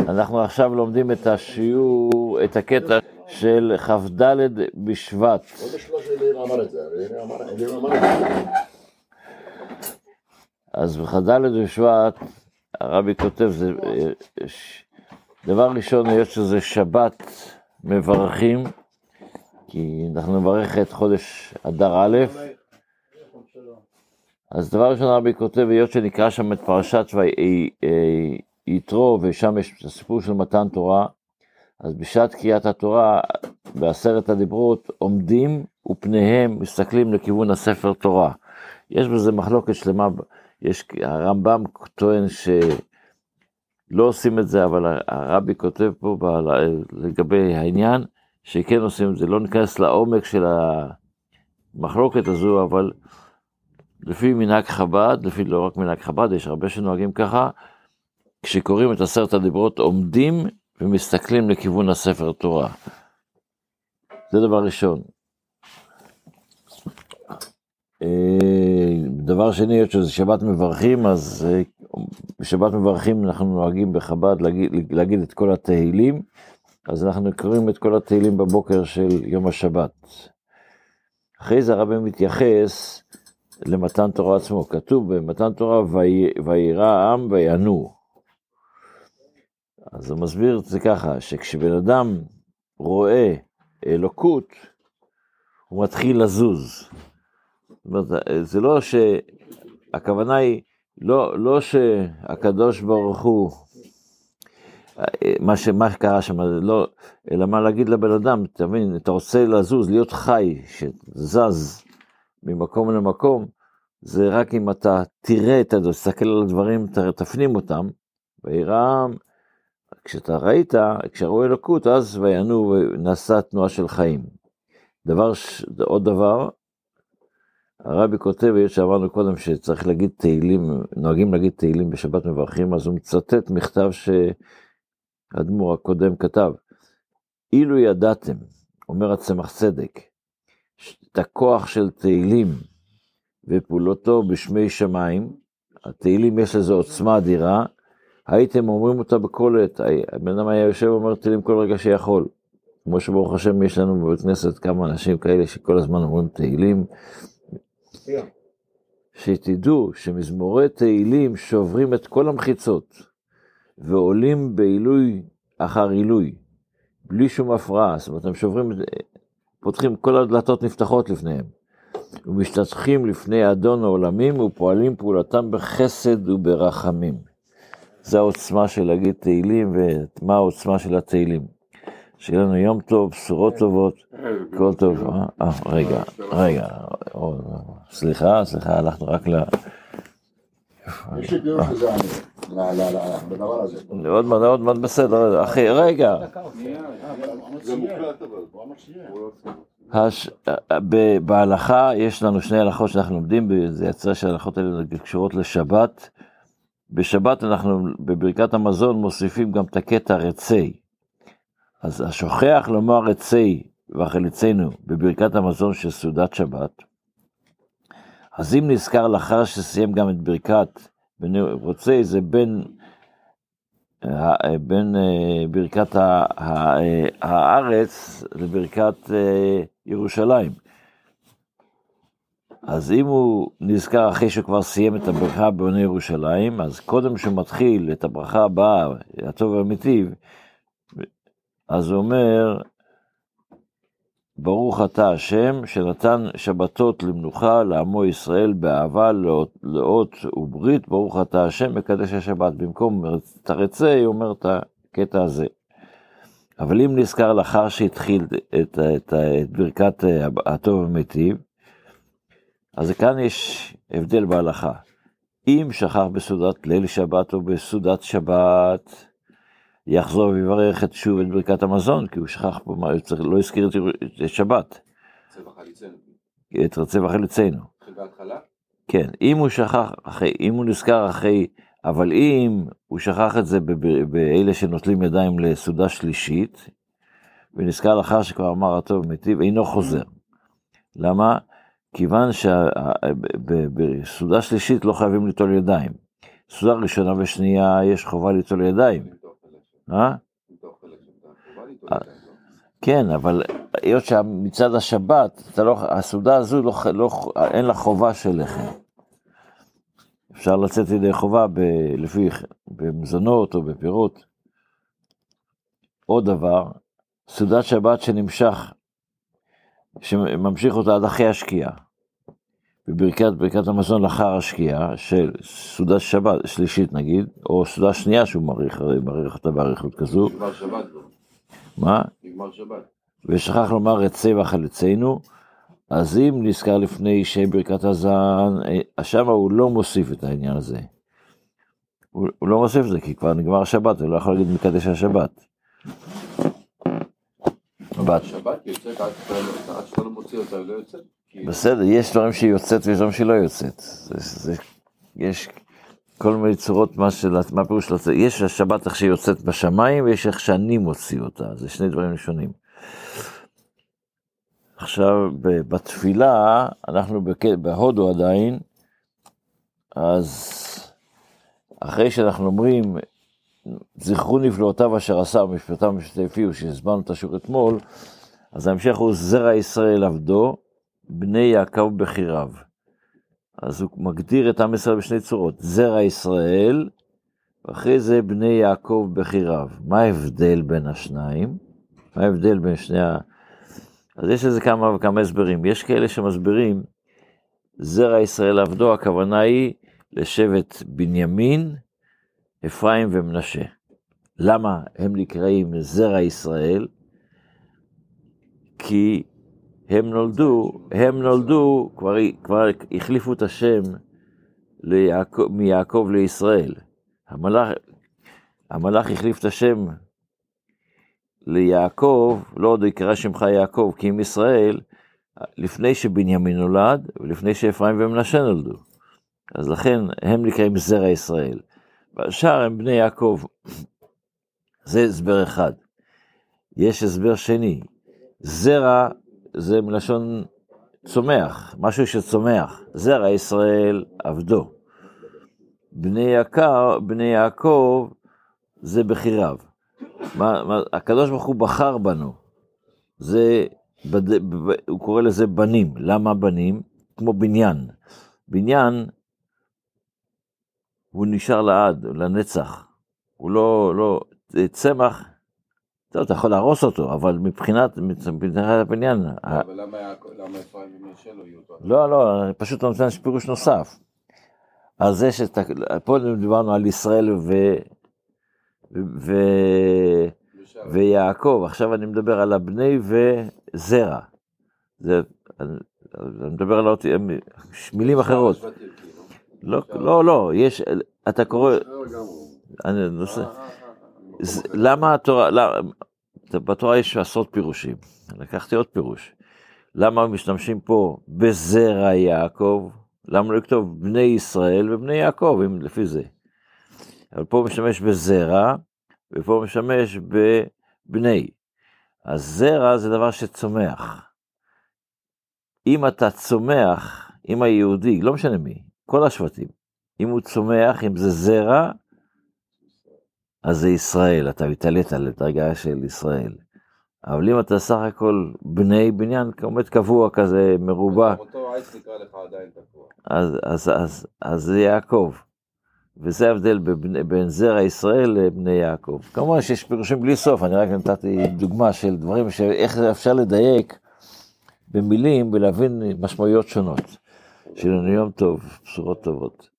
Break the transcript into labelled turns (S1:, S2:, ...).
S1: אנחנו עכשיו לומדים את השיעור, את הקטע של כ"ד בשבט. אז בכ"ד בשבט הרבי כותב, דבר ראשון, היות שזה שבת מברכים, כי אנחנו נברך את חודש אדר א', אז דבר ראשון הרבי כותב, היות שנקרא שם את פרשת יתרו, ושם יש את הסיפור של מתן תורה, אז בשעת קריאת התורה, בעשרת הדיברות, עומדים ופניהם מסתכלים לכיוון הספר תורה. יש בזה מחלוקת שלמה, הרמב"ם טוען שלא עושים את זה, אבל הרבי כותב פה לגבי העניין, שכן עושים את זה, לא ניכנס לעומק של המחלוקת הזו, אבל לפי מנהג חב"ד, לפי לא רק מנהג חב"ד, יש הרבה שנוהגים ככה, כשקוראים את עשרת הדיברות עומדים ומסתכלים לכיוון הספר תורה. זה דבר ראשון. דבר שני, שזה שבת מברכים, אז בשבת מברכים אנחנו נוהגים בחב"ד להגיד את כל התהילים, אז אנחנו קוראים את כל התהילים בבוקר של יום השבת. אחרי זה הרבי מתייחס למתן תורה עצמו, כתוב במתן תורה וירא העם ויענו. אז הוא מסביר את זה ככה, שכשבן אדם רואה אלוקות, הוא מתחיל לזוז. זאת אומרת, זה לא שהכוונה היא, לא שהקדוש ברוך הוא, מה שקרה שם, לא, אלא מה להגיד לבן אדם, תבין, אתה רוצה לזוז, להיות חי, שזז ממקום למקום, זה רק אם אתה תראה את זה, תסתכל על הדברים, תפנים אותם, וירא העם, כשאתה ראית, כשראו אלוקות, אז ויענו ונעשה תנועה של חיים. עוד דבר, הרבי כותב, היות שאמרנו קודם שצריך להגיד תהילים, נוהגים להגיד תהילים בשבת מברכים, אז הוא מצטט מכתב שהאדמו"ר הקודם כתב, אילו ידעתם, אומר הצמח צדק, את הכוח של תהילים ופעולותו בשמי שמיים, התהילים יש לזה עוצמה אדירה, הייתם אומרים אותה בכל עת, הבן אדם היה יושב ואומר תהילים כל רגע שיכול, כמו שברוך השם יש לנו בבית כנסת כמה אנשים כאלה שכל הזמן אומרים תהילים, שתדעו שמזמורי תהילים שוברים את כל המחיצות, ועולים בעילוי אחר עילוי, בלי שום הפרעה, זאת אומרת הם שוברים, פותחים, כל הדלתות נפתחות לפניהם, ומשתתחים לפני אדון העולמים, ופועלים פעולתם בחסד וברחמים. זה העוצמה של להגיד תהילים, ומה העוצמה של התהילים. שיהיה לנו יום טוב, בשורות טובות, כל טוב. רגע, סליחה, הלכנו רק
S2: יש לי פירוש לזה, בדבר הזה.
S1: עוד מעט בסדר, אחי, רגע.
S2: זה מוקלט אבל, בוא אמר
S1: בהלכה יש לנו שני הלכות שאנחנו לומדים, זה יצא שההלכות האלה קשורות לשבת. בשבת אנחנו בברכת המזון מוסיפים גם את הקטע רצי. אז השוכח לומר רצי וחליצנו בברכת המזון של סעודת שבת, אז אם נזכר לאחר שסיים גם את ברכת רצי, זה בין ברכת הארץ לברכת ירושלים. אז אם הוא נזכר אחרי שהוא כבר סיים את הברכה בעוני ירושלים, אז קודם שהוא מתחיל את הברכה הבאה, הטוב והמיטיב, אז הוא אומר, ברוך אתה השם שנתן שבתות למנוחה לעמו ישראל באהבה לאות וברית, ברוך אתה השם מקדש השבת. במקום תרצה, הוא אומר את הקטע הזה. אבל אם נזכר לאחר שהתחיל את ברכת הטוב והמיטיב, אז כאן יש הבדל בהלכה. אם שכח בסעודת ליל שבת או בסעודת שבת, יחזור ויברך שוב את ברכת המזון, כי הוא שכח פה, לא הזכיר את שבת. את רצה וחליצנו. כן, אם הוא נזכר אחרי, אבל אם הוא שכח את זה באלה שנוטלים ידיים לסעודה שלישית, ונזכר לאחר שכבר אמר הטוב ומיטיב, אינו חוזר. למה? כיוון שבסעודה שלישית לא חייבים ליטול ידיים. סעודה ראשונה ושנייה יש חובה ליטול ידיים. כן, אבל היות שמצד השבת, הסעודה הזו אין לה חובה של לחם. אפשר לצאת ידי חובה לפי במזונות או בפירות. עוד דבר, סעודת שבת שממשיך אותה עד אחרי השקיעה. בברכת המזון לאחר השקיעה, של סעודת שבת שלישית נגיד, או סעודה שנייה שהוא מעריך אותה בעריכות כזו.
S2: נגמר שבת.
S1: מה?
S2: נגמר שבת.
S1: ושכח לומר את צבע חלצינו, אז אם נזכר לפני שברכת הזן, שם הוא לא מוסיף את העניין הזה. הוא לא מוסיף את זה, כי כבר נגמר השבת, הוא לא יכול להגיד מקדש השבת.
S2: השבת יוצאת, עד שאתה לא מוציא אותה, לא יוצאת.
S1: בסדר, יש דברים שהיא יוצאת ויש דברים שהיא לא יוצאת. יש כל מיני צורות, מה פירוש לצאת. יש השבת איך שהיא יוצאת בשמיים, ויש איך שאני מוציא אותה. זה שני דברים שונים. עכשיו, בתפילה, אנחנו בהודו עדיין, אז אחרי שאנחנו אומרים, זכרו נפלאותיו אשר עשה ומשפטיו ומשפטיו, שהסברנו את השוק אתמול, אז ההמשך הוא זרע ישראל עבדו, בני יעקב בחיריו. אז הוא מגדיר את עם ישראל בשני צורות, זרע ישראל, ואחרי זה בני יעקב בחיריו. מה ההבדל בין השניים? מה ההבדל בין שני אז יש לזה כמה וכמה הסברים. יש כאלה שמסבירים, זרע ישראל עבדו, הכוונה היא לשבט בנימין, אפרים ומנשה. למה הם נקראים זרע ישראל? כי הם נולדו, כבר החליפו את השם מיעקב לישראל. המלאך החליף את השם ליעקב, לא עוד יקרא שמך יעקב, כי עם ישראל, לפני שבנימין נולד, ולפני שאפרים ומנשה נולדו. אז לכן הם נקראים זרע ישראל. והשאר הם בני יעקב. זה הסבר אחד. יש הסבר שני. זרע זה מלשון צומח, משהו שצומח. זרע ישראל עבדו. בני יעקב זה בחיריו. הקדוש ברוך הוא בחר בנו. הוא קורא לזה בנים. למה בנים? כמו בניין. בניין הוא נשאר לעד, לנצח. הוא לא צמח, אתה יכול להרוס אותו, אבל מבחינת הבניין.
S2: אבל למה אפרים ומנשה לא יהיו אותו?
S1: לא, אני פשוט נותן פירוש נוסף. אז זה פה דיברנו על ישראל ויעקב, עכשיו אני מדבר על הבני וזרע. אני מדבר על מילים אחרות. לא, יש, אתה קורא, למה התורה, בתורה יש עשרות פירושים, לקחתי עוד פירוש, למה משתמשים פה בזרע יעקב, למה לא לכתוב בני ישראל ובני יעקב, לפי זה, אבל פה משתמש בזרע, ופה משתמש בבני, אז זרע זה דבר שצומח, אם אתה צומח, אם היהודי, לא משנה מי, כל השבטים, אם הוא צומח, אם זה זרע, אז זה ישראל, אתה מתעלת על הדרגה של ישראל. אבל אם אתה סך הכל בני בניין, עומד קבוע כזה, מרובע,
S2: אותו עץ נקרא לך עדיין תקוע.
S1: אז זה יעקב. וזה ההבדל בין זרע ישראל לבני יעקב. כמובן שיש פירושים בלי סוף, אני רק נתתי דוגמה של דברים שאיך אפשר לדייק במילים ולהבין משמעויות שונות. שיהיה לנו יום טוב, בשורות טובות.